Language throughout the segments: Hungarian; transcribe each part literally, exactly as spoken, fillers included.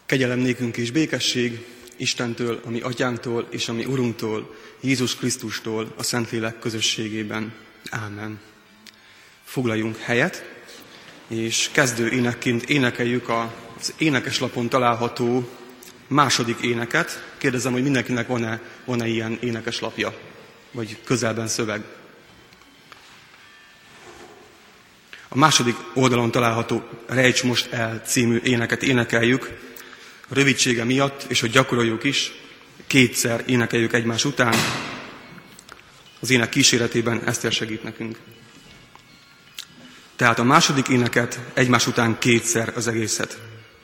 Kegyelem nékünk és békesség Istentől, a mi atyánktól és a mi Urunktól, Jézus Krisztustól, a Szentlélek közösségében. Ámen. Foglaljunk helyet, és kezdő énekként énekeljük az énekeslapon található második éneket. Kérdezem, hogy mindenkinek van-e, van-e ilyen énekeslapja, vagy közelben szöveg. A második oldalon található Rejts most el című éneket énekeljük. A rövidsége miatt, és hogy gyakoroljuk is, kétszer énekeljük egymás után. Az ének kíséretében Eszter segít nekünk. Tehát a második éneket egymás után kétszer az egészet.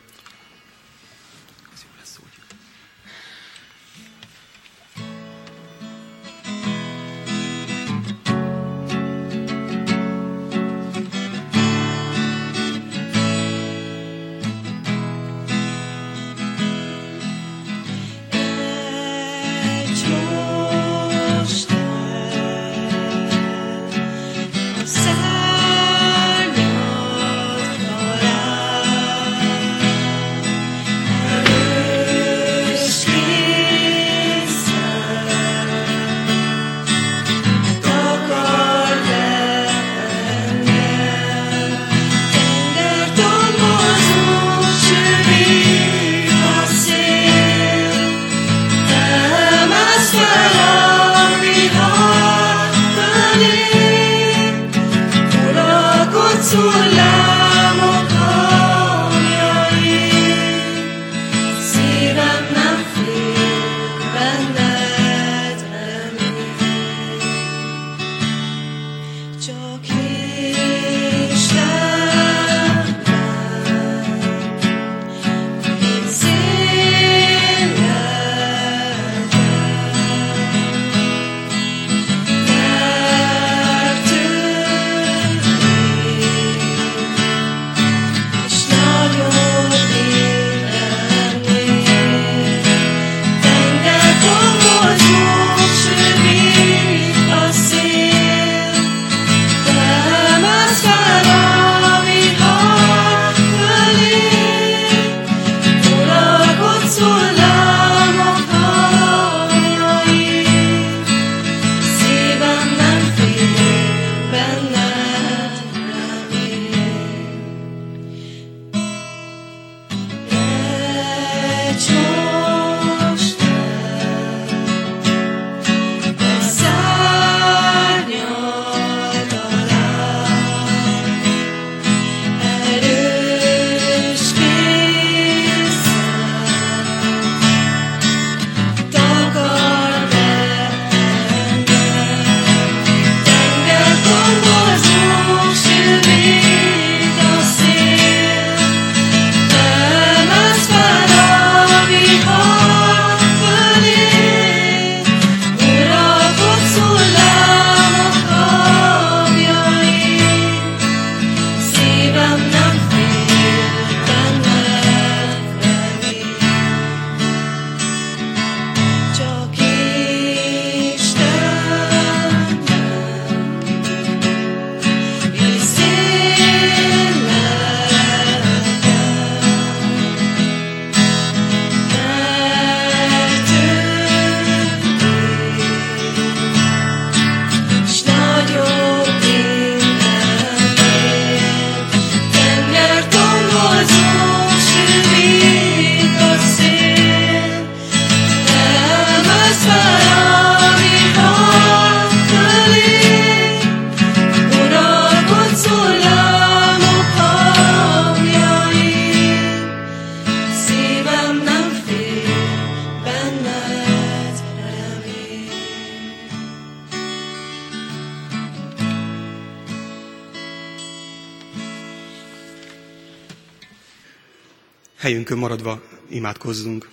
Helyünkön maradva imádkozzunk.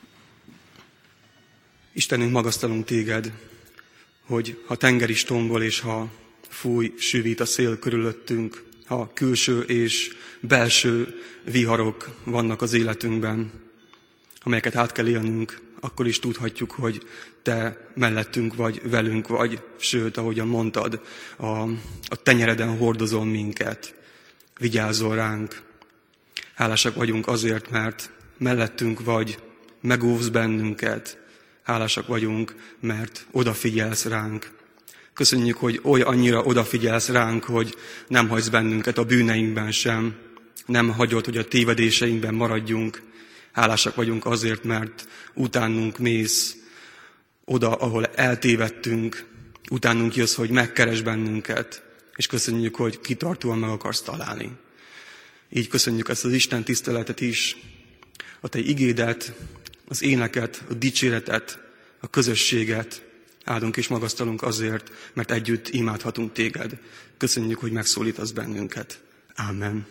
Istenünk, magasztalunk téged, hogy ha tenger is tombol, és ha fúj, süvít a szél körülöttünk, ha külső és belső viharok vannak az életünkben, amelyeket át kell élnünk, akkor is tudhatjuk, hogy te mellettünk vagy, velünk vagy, sőt, ahogyan mondtad, a, a tenyereden hordozol minket, vigyázol ránk. Hálásak vagyunk azért, mert, mellettünk vagy, megóvsz bennünket. Hálásak vagyunk, mert odafigyelsz ránk. Köszönjük, hogy oly annyira odafigyelsz ránk, hogy nem hagysz bennünket a bűneinkben sem. Nem hagyod, hogy a tévedéseinkben maradjunk. Hálásak vagyunk azért, mert utánunk mész oda, ahol eltévedtünk. Utánunk jössz, hogy megkeres bennünket. És köszönjük, hogy kitartóan meg akarsz találni. Így köszönjük ezt az Isten tiszteletet is, a Te igédet, az éneket, a dicséretet, a közösséget. Áldunk és magasztalunk azért, mert együtt imádhatunk Téged. Köszönjük, hogy megszólítasz bennünket. Ámen.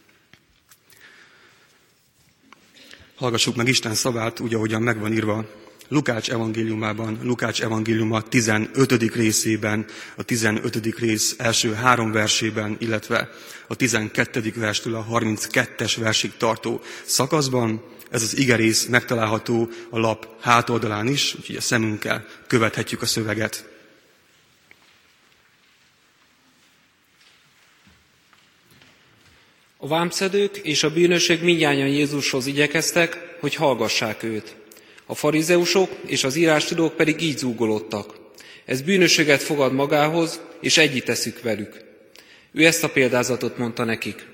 Hallgassuk meg Isten szavát, úgy, ahogyan megvan írva Lukács evangéliumában, Lukács evangéliuma tizenötödik részében, a tizenötödik rész első három versében, illetve a tizenkettedik verstől a harminckettes versig tartó szakaszban. Ez az igerész megtalálható a lap hátoldalán is, úgyhogy a szemünkkel követhetjük a szöveget. A vámszedők és a bűnösök mindnyájan Jézushoz igyekeztek, hogy hallgassák őt. A farizeusok és az írástudók pedig így zúgolódtak. Ez bűnösöket fogad magához, és együtt eszük velük. Ő ezt a példázatot mondta nekik.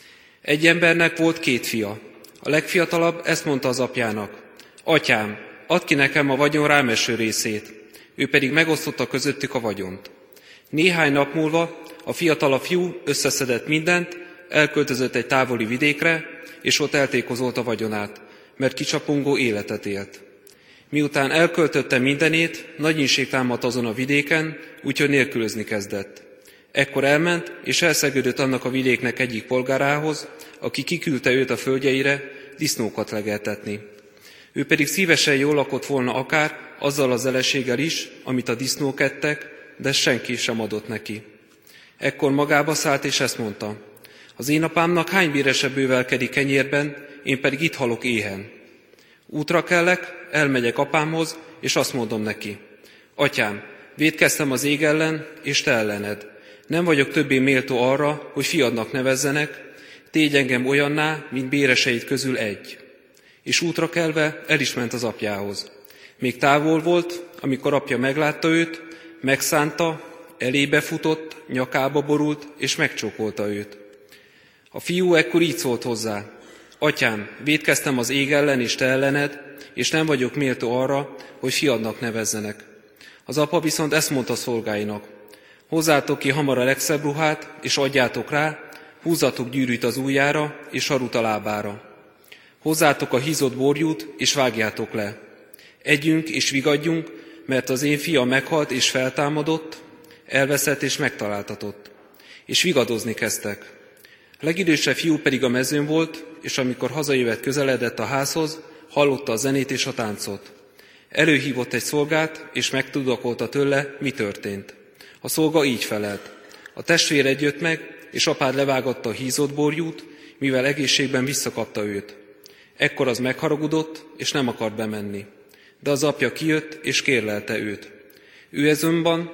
Egy embernek volt két fia. A legfiatalabb ezt mondta az apjának. Atyám, add ki nekem a vagyon rám eső részét. Ő pedig megosztotta közöttük a vagyont. Néhány nap múlva a fiatalabb fiú összeszedett mindent, elköltözött egy távoli vidékre, és ott eltékozolt a vagyonát, mert kicsapongó életet élt. Miután elköltötte mindenét, nagy inség támadt azon a vidéken, úgyhogy nélkülözni kezdett. Ekkor elment, és elszegődött annak a vidéknek egyik polgárához, aki kiküldte őt a földjeire disznókat legeltetni. Ő pedig szívesen jól lakott volna akár azzal az eleséggel is, amit a disznók ettek, de senki sem adott neki. Ekkor magába szállt, és ezt mondta: az én apámnak hány bérese bővelkedik kenyérben, én pedig itt halok éhen. Útra kellek, elmegyek apámhoz, és azt mondom neki: atyám, vétkeztem az ég ellen, és te ellened. Nem vagyok többé méltó arra, hogy fiadnak nevezzenek, tégy engem olyanná, mint béreseid közül egy. És útra kelve el is ment az apjához. Még távol volt, amikor apja meglátta őt, megszánta, elébe futott, nyakába borult, és megcsókolta őt. A fiú ekkor így szólt hozzá: atyám, vétkeztem az ég ellen és te ellened, és nem vagyok méltó arra, hogy fiadnak nevezzenek. Az apa viszont ezt mondta szolgáinak: hozzátok ki hamar a legszebb ruhát, és adjátok rá, húzzatok gyűrűt az ujjára, és sarut a lábára. Hozzátok a hízott borjút, és vágjátok le. Együnk és vigadjunk, mert az én fiam meghalt és feltámadott, elveszett és megtaláltatott. És vigadozni kezdtek. A legidősebb fiú pedig a mezőn volt, és amikor hazajövet közeledett a házhoz, hallotta a zenét és a táncot. Előhívott egy szolgát, és megtudakolta tőle, mi történt. A szolga így felelt: a testvéred jött meg, és apád levágatta a hízott borjút, mivel egészségben visszakapta őt. Ekkor az megharagudott, és nem akart bemenni. De az apja kijött, és kérlelte őt. Ő ezonban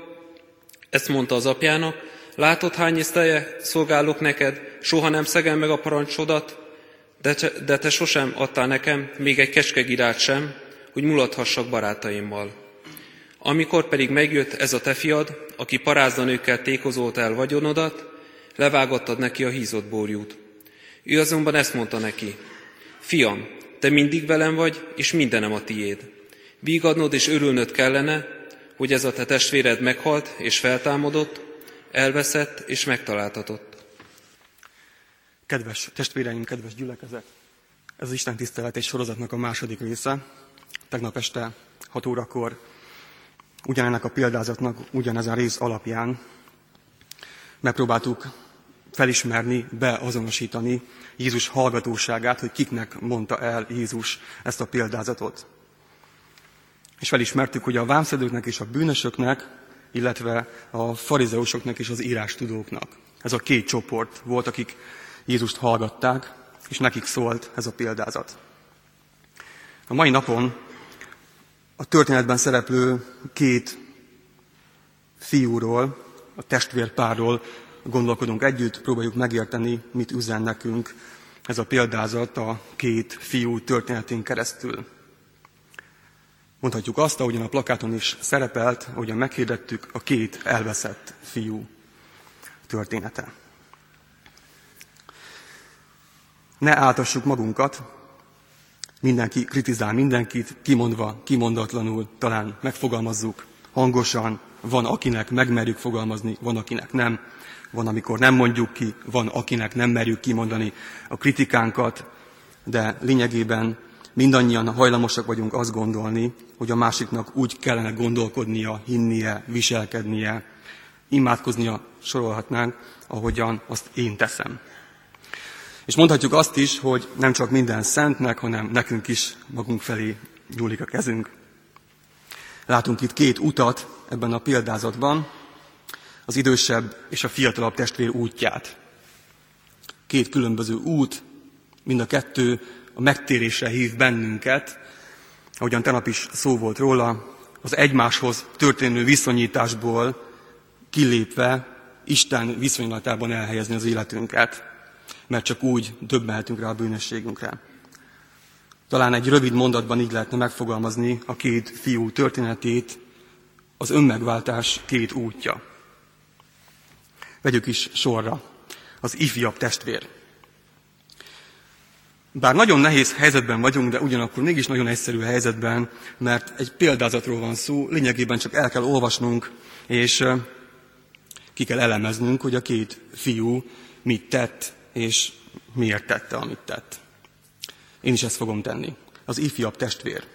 ezt mondta az apjának: látod, hány eszteje szolgálok neked, soha nem szegem meg a parancsodat, de te, de te sosem adtál nekem még egy kecskegirát sem, hogy mulathassak barátaimmal. Amikor pedig megjött ez a te fiad, aki parázdanőkkel tékozolt el vagyonodat, levágattad neki a hízott borjút. Ő azonban ezt mondta neki: fiam, te mindig velem vagy, és mindenem a tiéd. Vígadnod és örülnöd kellene, hogy ez a te testvéred meghalt és feltámadott, elveszett és megtaláltatott. Kedves testvéreim, kedves gyülekezet! Ez az Isten tisztelet egy sorozatnak a második része. Tegnap este hat órakor ugyanennek a példázatnak, ugyanezen rész alapján megpróbáltuk felismerni, beazonosítani Jézus hallgatóságát, hogy kiknek mondta el Jézus ezt a példázatot. És felismertük, hogy a vámszedőknek és a bűnösöknek, illetve a farizeusoknak és az írástudóknak. Ez a két csoport volt, akik Jézust hallgatták, és nekik szólt ez a példázat. A mai napon a történetben szereplő két fiúról, a testvérpárról gondolkodunk együtt, próbáljuk megérteni, mit üzen nekünk ez a példázat a két fiú történetén keresztül. Mondhatjuk azt, ahogyan a plakáton is szerepelt, ahogyan meghirdettük, a két elveszett fiú története. Ne áltassuk magunkat, mindenki kritizál mindenkit, kimondva, kimondatlanul, talán megfogalmazzuk hangosan, van akinek megmerjük fogalmazni, van akinek nem, van amikor nem mondjuk ki, van akinek nem merjük kimondani a kritikánkat, de lényegében mindannyian hajlamosak vagyunk azt gondolni, hogy a másiknak úgy kellene gondolkodnia, hinnie, viselkednie, imádkoznia, sorolhatnánk, ahogyan azt én teszem. És mondhatjuk azt is, hogy nem csak minden szentnek, hanem nekünk is magunk felé nyúlik a kezünk. Látunk itt két utat ebben a példázatban, az idősebb és a fiatalabb testvér útját. Két különböző út, mind a kettő a megtérésre hív bennünket, ahogyan tegnap is szó volt róla, az egymáshoz történő viszonyításból kilépve Isten viszonylatában elhelyezni az életünket, mert csak úgy döbbenhetünk rá a bűnösségünkre. Talán egy rövid mondatban így lehetne megfogalmazni a két fiú történetét, az önmegváltás két útja. Vegyük is sorra. Az ifjabb testvér. Bár nagyon nehéz helyzetben vagyunk, de ugyanakkor mégis nagyon egyszerű helyzetben, mert egy példázatról van szó, lényegében csak el kell olvasnunk, és ki kell elemeznünk, hogy a két fiú mit tett, és miért tette, amit tett. Én is ezt fogom tenni. Az ifjabb testvér.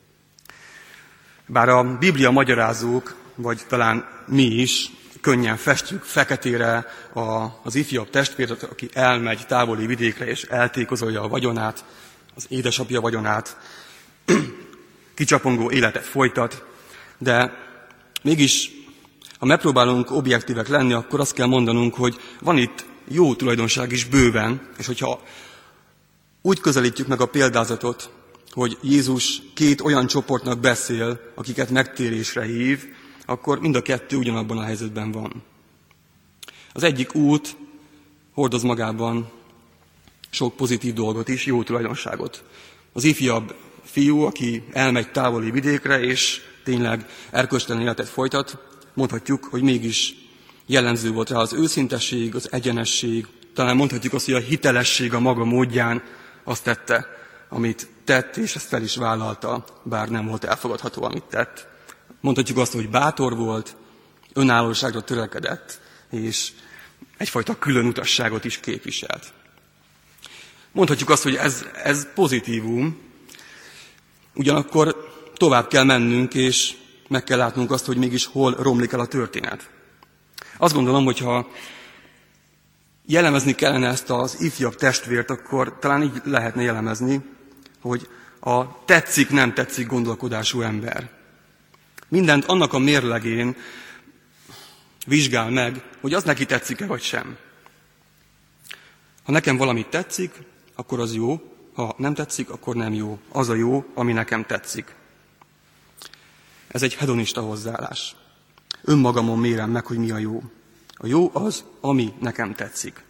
Bár a Biblia magyarázók, vagy talán mi is, könnyen festjük feketére az ifjabb testvért, aki elmegy távoli vidékre és eltékozolja a vagyonát, az édesapja vagyonát, kicsapongó életet folytat, de mégis, ha megpróbálunk objektívek lenni, akkor azt kell mondanunk, hogy van itt jó tulajdonság is bőven, és hogyha úgy közelítjük meg a példázatot, hogy Jézus két olyan csoportnak beszél, akiket megtérésre hív, akkor mind a kettő ugyanabban a helyzetben van. Az egyik út hordoz magában sok pozitív dolgot is, jó tulajdonságot. Az ifjabb fiú, aki elmegy távoli vidékre, és tényleg erkölcstelen életet folytat, mondhatjuk, hogy mégis jellemző volt rá az őszintesség, az egyenesség, talán mondhatjuk azt, hogy a hitelesség a maga módján azt tette, amit tett, és ezt fel is vállalta, bár nem volt elfogadható, amit tett. Mondhatjuk azt, hogy bátor volt, önállóságra törekedett, és egyfajta külön utasságot is képviselt. Mondhatjuk azt, hogy ez, ez pozitívum, ugyanakkor tovább kell mennünk, és meg kell látnunk azt, hogy mégis hol romlik el a történet. Azt gondolom, hogy ha jellemezni kellene ezt az ifjabb testvért, akkor talán így lehetne jellemezni, hogy a tetszik-nem tetszik gondolkodású ember. Mindent annak a mérlegén vizsgál meg, hogy az neki tetszik-e vagy sem. Ha nekem valamit tetszik, akkor az jó, ha nem tetszik, akkor nem jó. Az a jó, ami nekem tetszik. Ez egy hedonista hozzáállás. Önmagamon mérem meg, hogy mi a jó. A jó az, ami nekem tetszik.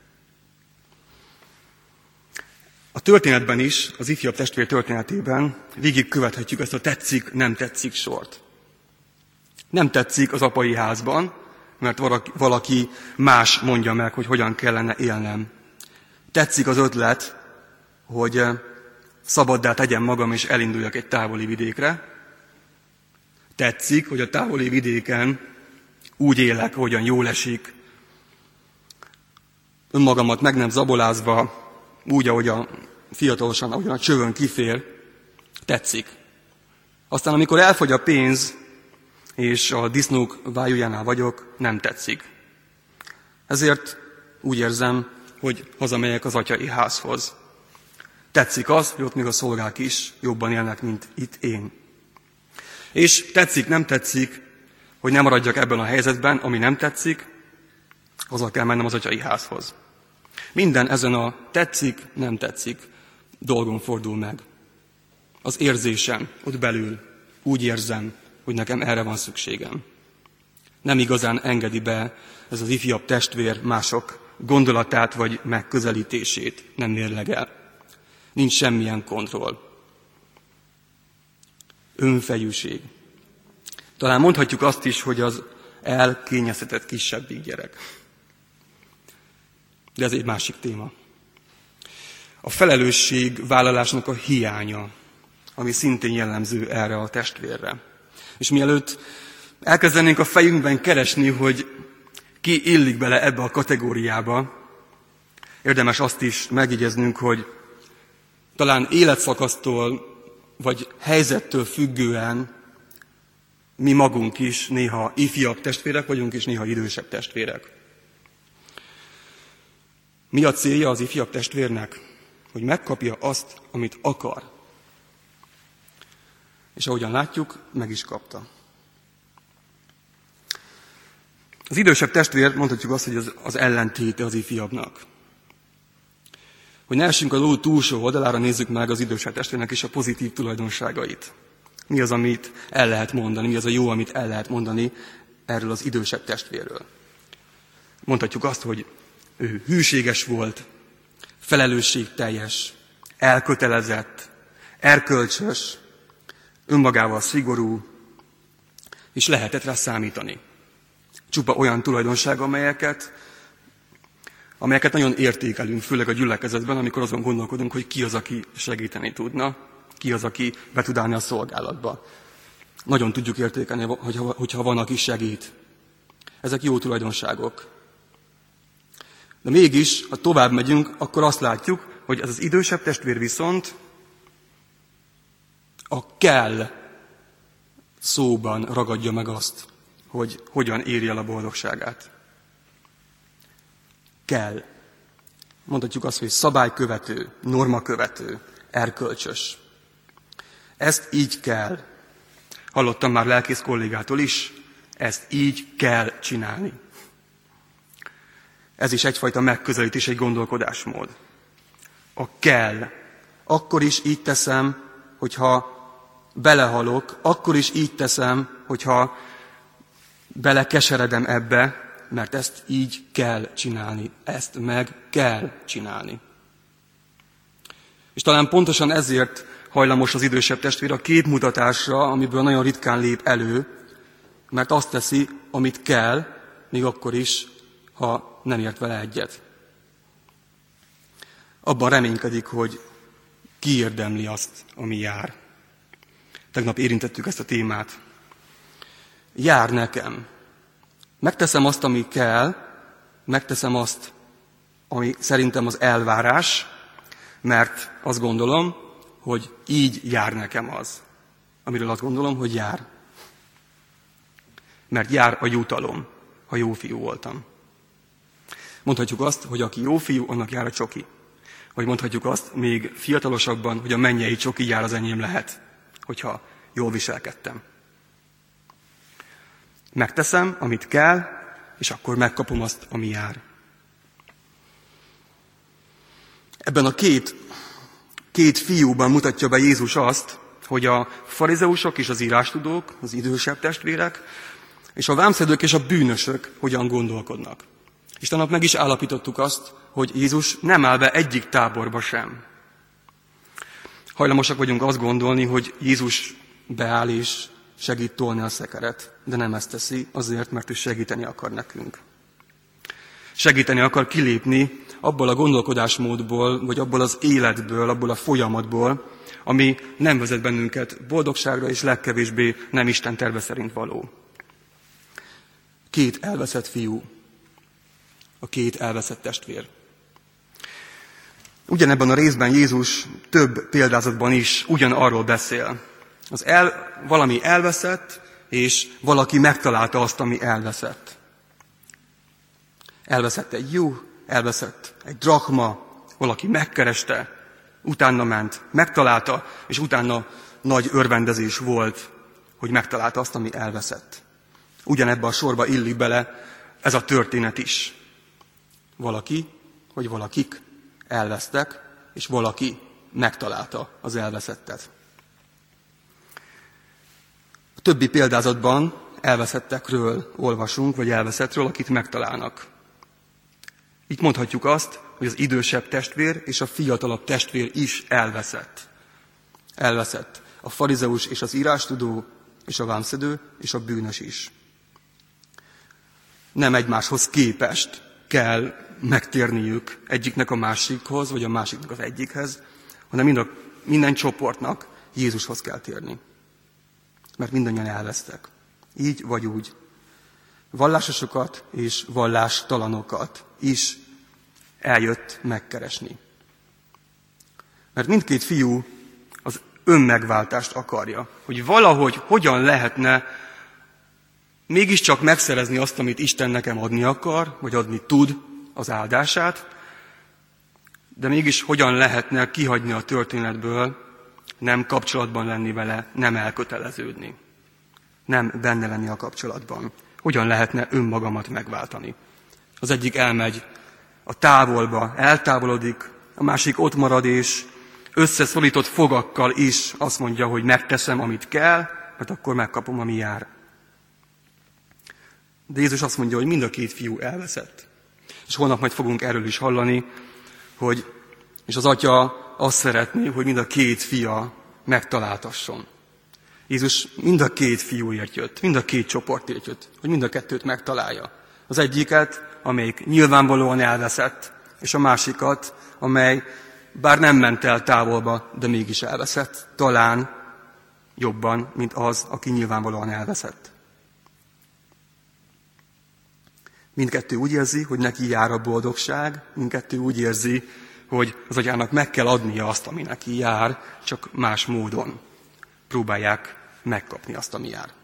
A történetben is, az ifjabb testvér történetében végigkövethetjük ezt a tetszik-nem tetszik sort. Nem tetszik az apai házban, mert valaki más mondja meg, hogy hogyan kellene élnem. Tetszik az ötlet, hogy szabaddá tegyem magam és elinduljak egy távoli vidékre. Tetszik, hogy a távoli vidéken úgy élek, hogyan jól esik, önmagamat meg nem zabolázva, úgy, ahogy a fiatalosan, ahogyan a csövön kifér, tetszik. Aztán, amikor elfogy a pénz, és a disznók vájújánál vagyok, nem tetszik. Ezért úgy érzem, hogy hazamegyek az atyai házhoz. Tetszik az, hogy ott még a szolgák is jobban élnek, mint itt én. És tetszik, nem tetszik, hogy nem maradjak ebben a helyzetben, ami nem tetszik, haza kell mennem az atyai házhoz. Minden ezen a tetszik, nem tetszik dolgon fordul meg. Az érzésem ott belül, úgy érzem, hogy nekem erre van szükségem. Nem igazán engedi be ez az ifjabb testvér mások gondolatát vagy megközelítését nem mérlegel. Nincs semmilyen kontroll. Önfejűség. Talán mondhatjuk azt is, hogy az elkényeztetett kisebbik gyerek. De ez egy másik téma. A felelősség vállalásnak a hiánya, ami szintén jellemző erre a testvérre. És mielőtt elkezdenénk a fejünkben keresni, hogy ki illik bele ebbe a kategóriába, érdemes azt is megjegyeznünk, hogy talán életszakasztól vagy helyzettől függően mi magunk is néha ifjabb testvérek vagyunk, és néha idősebb testvérek. Mi a célja az ifjabb testvérnek? Hogy megkapja azt, amit akar. És ahogyan látjuk, meg is kapta. Az idősebb testvér, mondhatjuk azt, hogy az, az ellentéte az ifjabbnak. Hogy ne essünk a ló túlsó oldalára, nézzük meg az idősebb testvérnek is a pozitív tulajdonságait. Mi az, amit el lehet mondani, mi az a jó, amit el lehet mondani erről az idősebb testvérről. Mondhatjuk azt, hogy ő hűséges volt, felelősségteljes, elkötelezett, erkölcsös, önmagával szigorú, és lehetett rá számítani. Csupa olyan tulajdonság, amelyeket, amelyeket nagyon értékelünk, főleg a gyülekezetben, amikor azon gondolkodunk, hogy ki az, aki segíteni tudna, ki az, aki be tud állni a szolgálatba. Nagyon tudjuk értékelni, hogyha, hogyha van, aki segít. Ezek jó tulajdonságok. De mégis, ha tovább megyünk, akkor azt látjuk, hogy ez az idősebb testvér viszont a kell szóban ragadja meg azt, hogy hogyan éri el a boldogságát. Kell. Mondhatjuk azt, hogy szabálykövető, normakövető, erkölcsös. Ezt így kell. Hallottam már lelkész kollégától is, ezt így kell csinálni. Ez is egyfajta megközelítés, egy gondolkodásmód. A kell. Akkor is így teszem, hogyha belehalok, akkor is így teszem, hogyha belekeseredem ebbe, mert ezt így kell csinálni. Ezt meg kell csinálni. És talán pontosan ezért hajlamos az idősebb testvér a képmutatásra, amiből nagyon ritkán lép elő, mert azt teszi, amit kell, még akkor is, ha nem ért vele egyet. Abban reménykedik, hogy kiérdemli azt, ami jár. Tegnap érintettük ezt a témát. Jár nekem. Megteszem azt, ami kell, megteszem azt, ami szerintem az elvárás, mert azt gondolom, hogy így jár nekem az, amiről azt gondolom, hogy jár. Mert jár a jutalom, ha jó fiú voltam. Mondhatjuk azt, hogy aki jó fiú, annak jár a csoki. Vagy mondhatjuk azt még fiatalosabban, hogy a mennyei csoki jár az enyém lehet, hogyha jól viselkedtem. Megteszem, amit kell, és akkor megkapom azt, ami jár. Ebben a két, két fiúban mutatja be Jézus azt, hogy a farizeusok és az írástudók, az idősebb testvérek, és a vámszedők és a bűnösök hogyan gondolkodnak. És tanap meg is állapítottuk azt, hogy Jézus nem áll be egyik táborba sem. Hajlamosak vagyunk azt gondolni, hogy Jézus beáll és segít tolni a szekeret, de nem ezt teszi, azért, mert ő segíteni akar nekünk. Segíteni akar kilépni abból a gondolkodásmódból, vagy abból az életből, abból a folyamatból, ami nem vezet bennünket boldogságra, és legkevésbé nem Isten terve szerint való. Két elveszett fiú, a két elveszett testvér. Ugyanebben a részben Jézus több példázatban is ugyanarról beszél. Az el, valami elveszett, és valaki megtalálta azt, ami elveszett. Elveszett egy juh, elveszett egy drachma, valaki megkereste, utána ment, megtalálta, és utána nagy örvendezés volt, hogy megtalálta azt, ami elveszett. Ugyanebben a sorba illik bele ez a történet is. Valaki, vagy valakik elvesztek, és valaki megtalálta az elveszettet. A többi példázatban elveszettekről olvasunk, vagy elveszettről, akit megtalálnak. Így mondhatjuk azt, hogy az idősebb testvér és a fiatalabb testvér is elveszett. Elveszett. A farizeus és az írástudó, és a vámszedő, és a bűnös is. Nem egymáshoz képest kell megtérniük egyiknek a másikhoz, vagy a másiknak az egyikhez, hanem mind a, minden csoportnak Jézushoz kell térni. Mert mindannyian elvesztek. Így vagy úgy. Vallásosokat és vallástalanokat is eljött megkeresni. Mert mindkét fiú az önmegváltást akarja, hogy valahogy hogyan lehetne mégiscsak megszerezni azt, amit Isten nekem adni akar, vagy adni tud, az áldását, de mégis hogyan lehetne kihagyni a történetből, nem kapcsolatban lenni vele, nem elköteleződni, nem benne lenni a kapcsolatban. Hogyan lehetne önmagamat megváltani? Az egyik elmegy a távolba, eltávolodik, a másik ott marad, és összeszorított fogakkal is azt mondja, hogy megteszem, amit kell, mert akkor megkapom, ami jár. De Jézus azt mondja, hogy mind a két fiú elveszett. És holnap majd fogunk erről is hallani, hogy, és az atya azt szeretné, hogy mind a két fia megtaláltasson. Jézus mind a két fiúért jött, mind a két csoportért jött, hogy mind a kettőt megtalálja. Az egyiket, amelyik nyilvánvalóan elveszett, és a másikat, amely bár nem ment el távolba, de mégis elveszett, talán jobban, mint az, aki nyilvánvalóan elveszett. Mindkettő úgy érzi, hogy neki jár a boldogság, mindkettő úgy érzi, hogy az atyának meg kell adnia azt, ami neki jár, csak más módon próbálják megkapni azt, ami jár.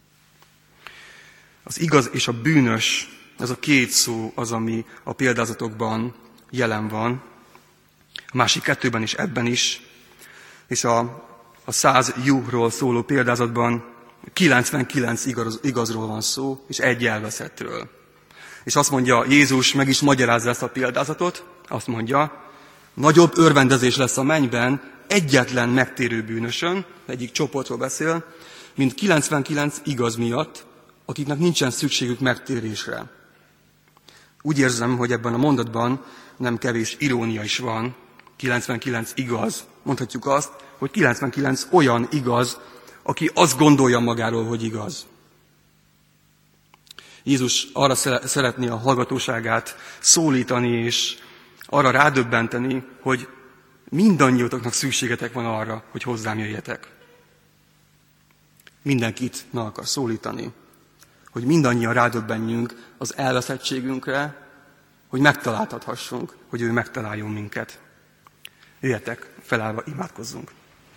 Az igaz és a bűnös, ez a két szó az, ami a példázatokban jelen van, a másik kettőben is, ebben is, és a, a száz juhról szóló példázatban kilencvenkilenc igaz, igazról van szó, és egy elveszettről. És azt mondja, Jézus meg is magyarázza ezt a példázatot, azt mondja, nagyobb örvendezés lesz a mennyben egyetlen megtérő bűnösön, egyik csoportról beszél, mint kilencvenkilenc igaz miatt, akiknek nincsen szükségük megtérésre. Úgy érzem, hogy ebben a mondatban nem kevés irónia is van, kilencvenkilenc igaz. Mondhatjuk azt, hogy kilencvenkilenc olyan igaz, aki azt gondolja magáról, hogy igaz. Jézus arra szeretné a hallgatóságát szólítani, és arra rádöbbenteni, hogy mindannyiótoknak szükségetek van arra, hogy hozzám jöjjetek. Mindenkit meg akar szólítani, hogy mindannyian rádöbbenjünk az elveszettségünkre, hogy megtaláltathassunk, hogy ő megtaláljon minket. Jöjjetek, felállva imádkozzunk.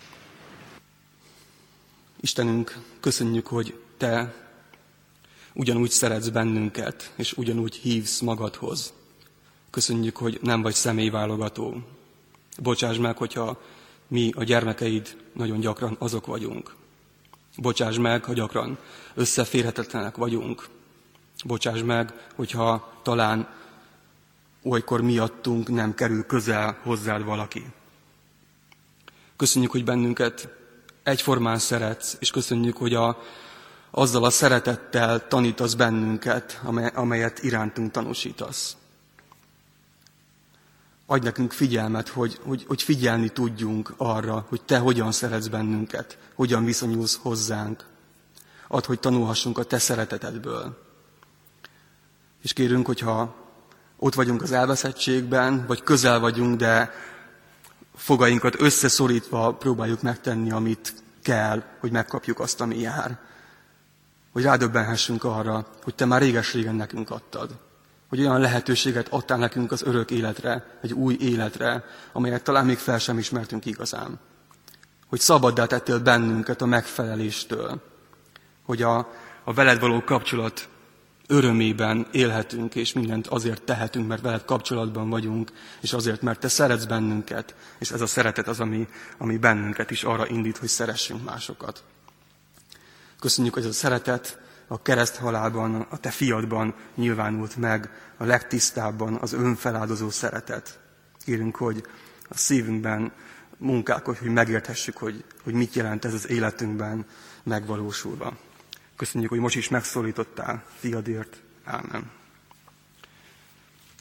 Istenünk, köszönjük, hogy Te ugyanúgy szeretsz bennünket, és ugyanúgy hívsz magadhoz. Köszönjük, hogy nem vagy személyválogató. Bocsáss meg, hogyha mi, a gyermekeid, nagyon gyakran azok vagyunk. Bocsáss meg, ha gyakran összeférhetetlenek vagyunk. Bocsáss meg, hogyha talán olykor miattunk nem kerül közel hozzád valaki. Köszönjük, hogy bennünket egyformán szeretsz, és köszönjük, hogy a, azzal a szeretettel tanítasz bennünket, amely, amelyet irántunk tanúsítasz. Adj nekünk figyelmet, hogy, hogy, hogy figyelni tudjunk arra, hogy Te hogyan szeretsz bennünket, hogyan viszonyulsz hozzánk. Add, hogy tanulhassunk a Te szeretetedből. És kérünk, hogyha ott vagyunk az elveszettségben, vagy közel vagyunk, de fogainkat összeszorítva próbáljuk megtenni, amit kell, hogy megkapjuk azt, ami jár. Hogy rádöbbenhessünk arra, hogy Te már réges-régen nekünk adtad. Hogy olyan lehetőséget adtál nekünk az örök életre, egy új életre, amelyet talán még fel sem ismertünk igazán. Hogy szabaddá tettél bennünket a megfeleléstől. Hogy a, a veled való kapcsolat örömében élhetünk, és mindent azért tehetünk, mert veled kapcsolatban vagyunk, és azért, mert Te szeretsz bennünket, és ez a szeretet az, ami, ami bennünket is arra indít, hogy szeressünk másokat. Köszönjük, hogy ez a szeretet a kereszthalálban, a Te fiadban nyilvánult meg, a legtisztábban az önfeláldozó szeretet. Kérünk, hogy a szívünkben munkálkodj, hogy megérthessük, hogy, hogy mit jelent ez az életünkben megvalósulva. Köszönjük, hogy most is megszólítottál fiadért. Ámen.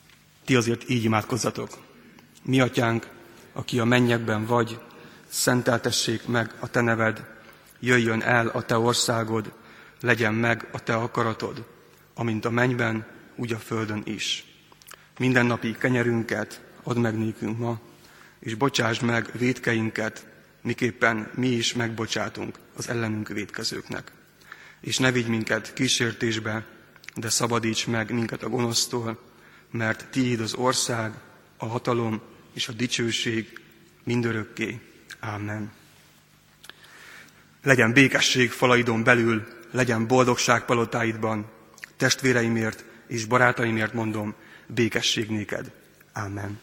ti azért így imádkozzatok. Mi atyánk, aki a mennyekben vagy, szenteltessék meg a te neved, jöjjön el a te országod, legyen meg a te akaratod, amint a mennyben, úgy a földön is. Mindennapi kenyerünket add meg nékünk ma, és bocsásd meg vétkeinket, miképpen mi is megbocsátunk az ellenünk vétkezőknek. És ne vigy minket kísértésbe, de szabadíts meg minket a gonosztól, mert tiéd az ország, a hatalom és a dicsőség mindörökké. Ámen. Legyen békesség falaidon belül, legyen boldogság palotáidban, testvéreimért és barátaimért mondom, békesség néked. Ámen.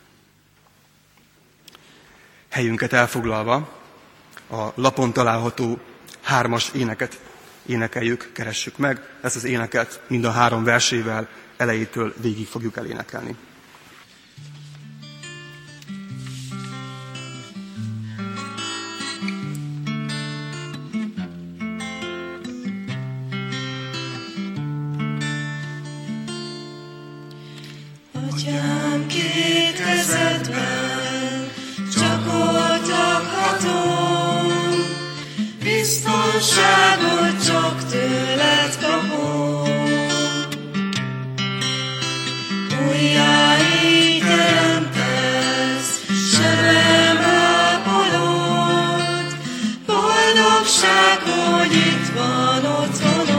Helyünket elfoglalva, a lapon található hármas éneket énekeljük, keressük meg. Ezt az éneket mind a három versével elejétől végig fogjuk elénekelni. Atyám, két kezedben csak ott lakhatom, biztonságot csak tőled kapom. Újjá így teremtesz, sebem ápolod, boldogság, hogy itt van otthonom.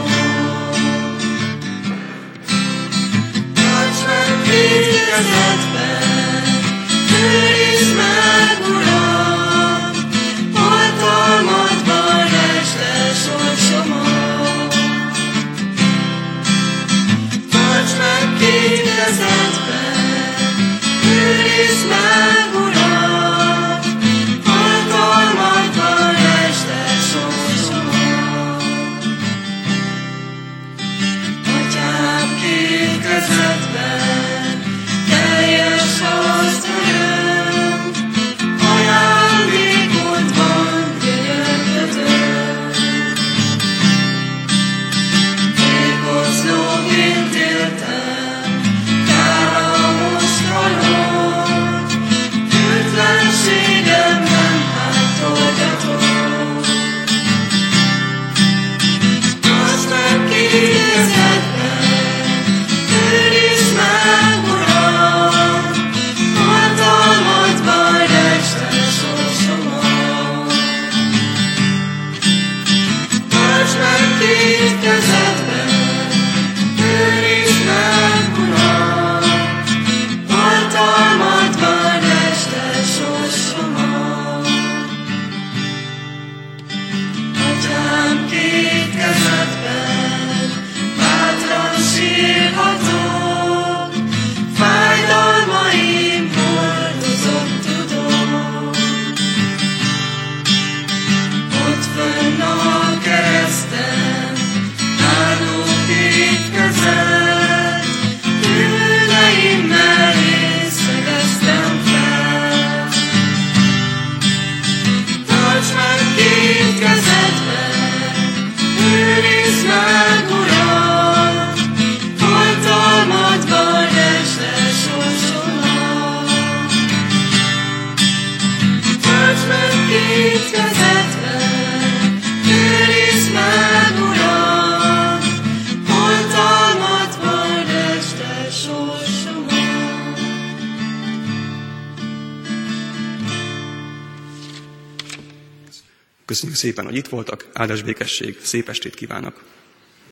Tarts meg két kezedben, őrizd meg, Uram, oltalmadban resd el sorsomat. Tarts meg két kezedben, őrizd meg, Uram, oltalmadban resd el sorsomat. Atyám, két kezedben teljes az öröm, ajándékodban gyönyörködöm. Tékozlóként éltem, káramos halom, tűtlenségem nem hátolgatom. Tartsd meg két kezedben, őrizd meg, Uram, oltalmadban resd el sorsomat. Tartsd meg két kezedben, őrizd meg, Uram, oltalmadban resd el sorsomat. Atyám, két kezedben bátran sírhatok, fájdalmaim hordozott tudom. Ott fönn a kereszten áldó két kezed, bűneimmel én szegeztem fel. Tarts meg két kezedben, őrizd meg, Uram, oltalmadban resd el sorsomat. Tarts meg két kezedben, őrizd meg, Uram, oltalmadban resd el sorsomat. Köszönjük szépen, hogy itt voltak, áldás békesség, szép estét kívánok!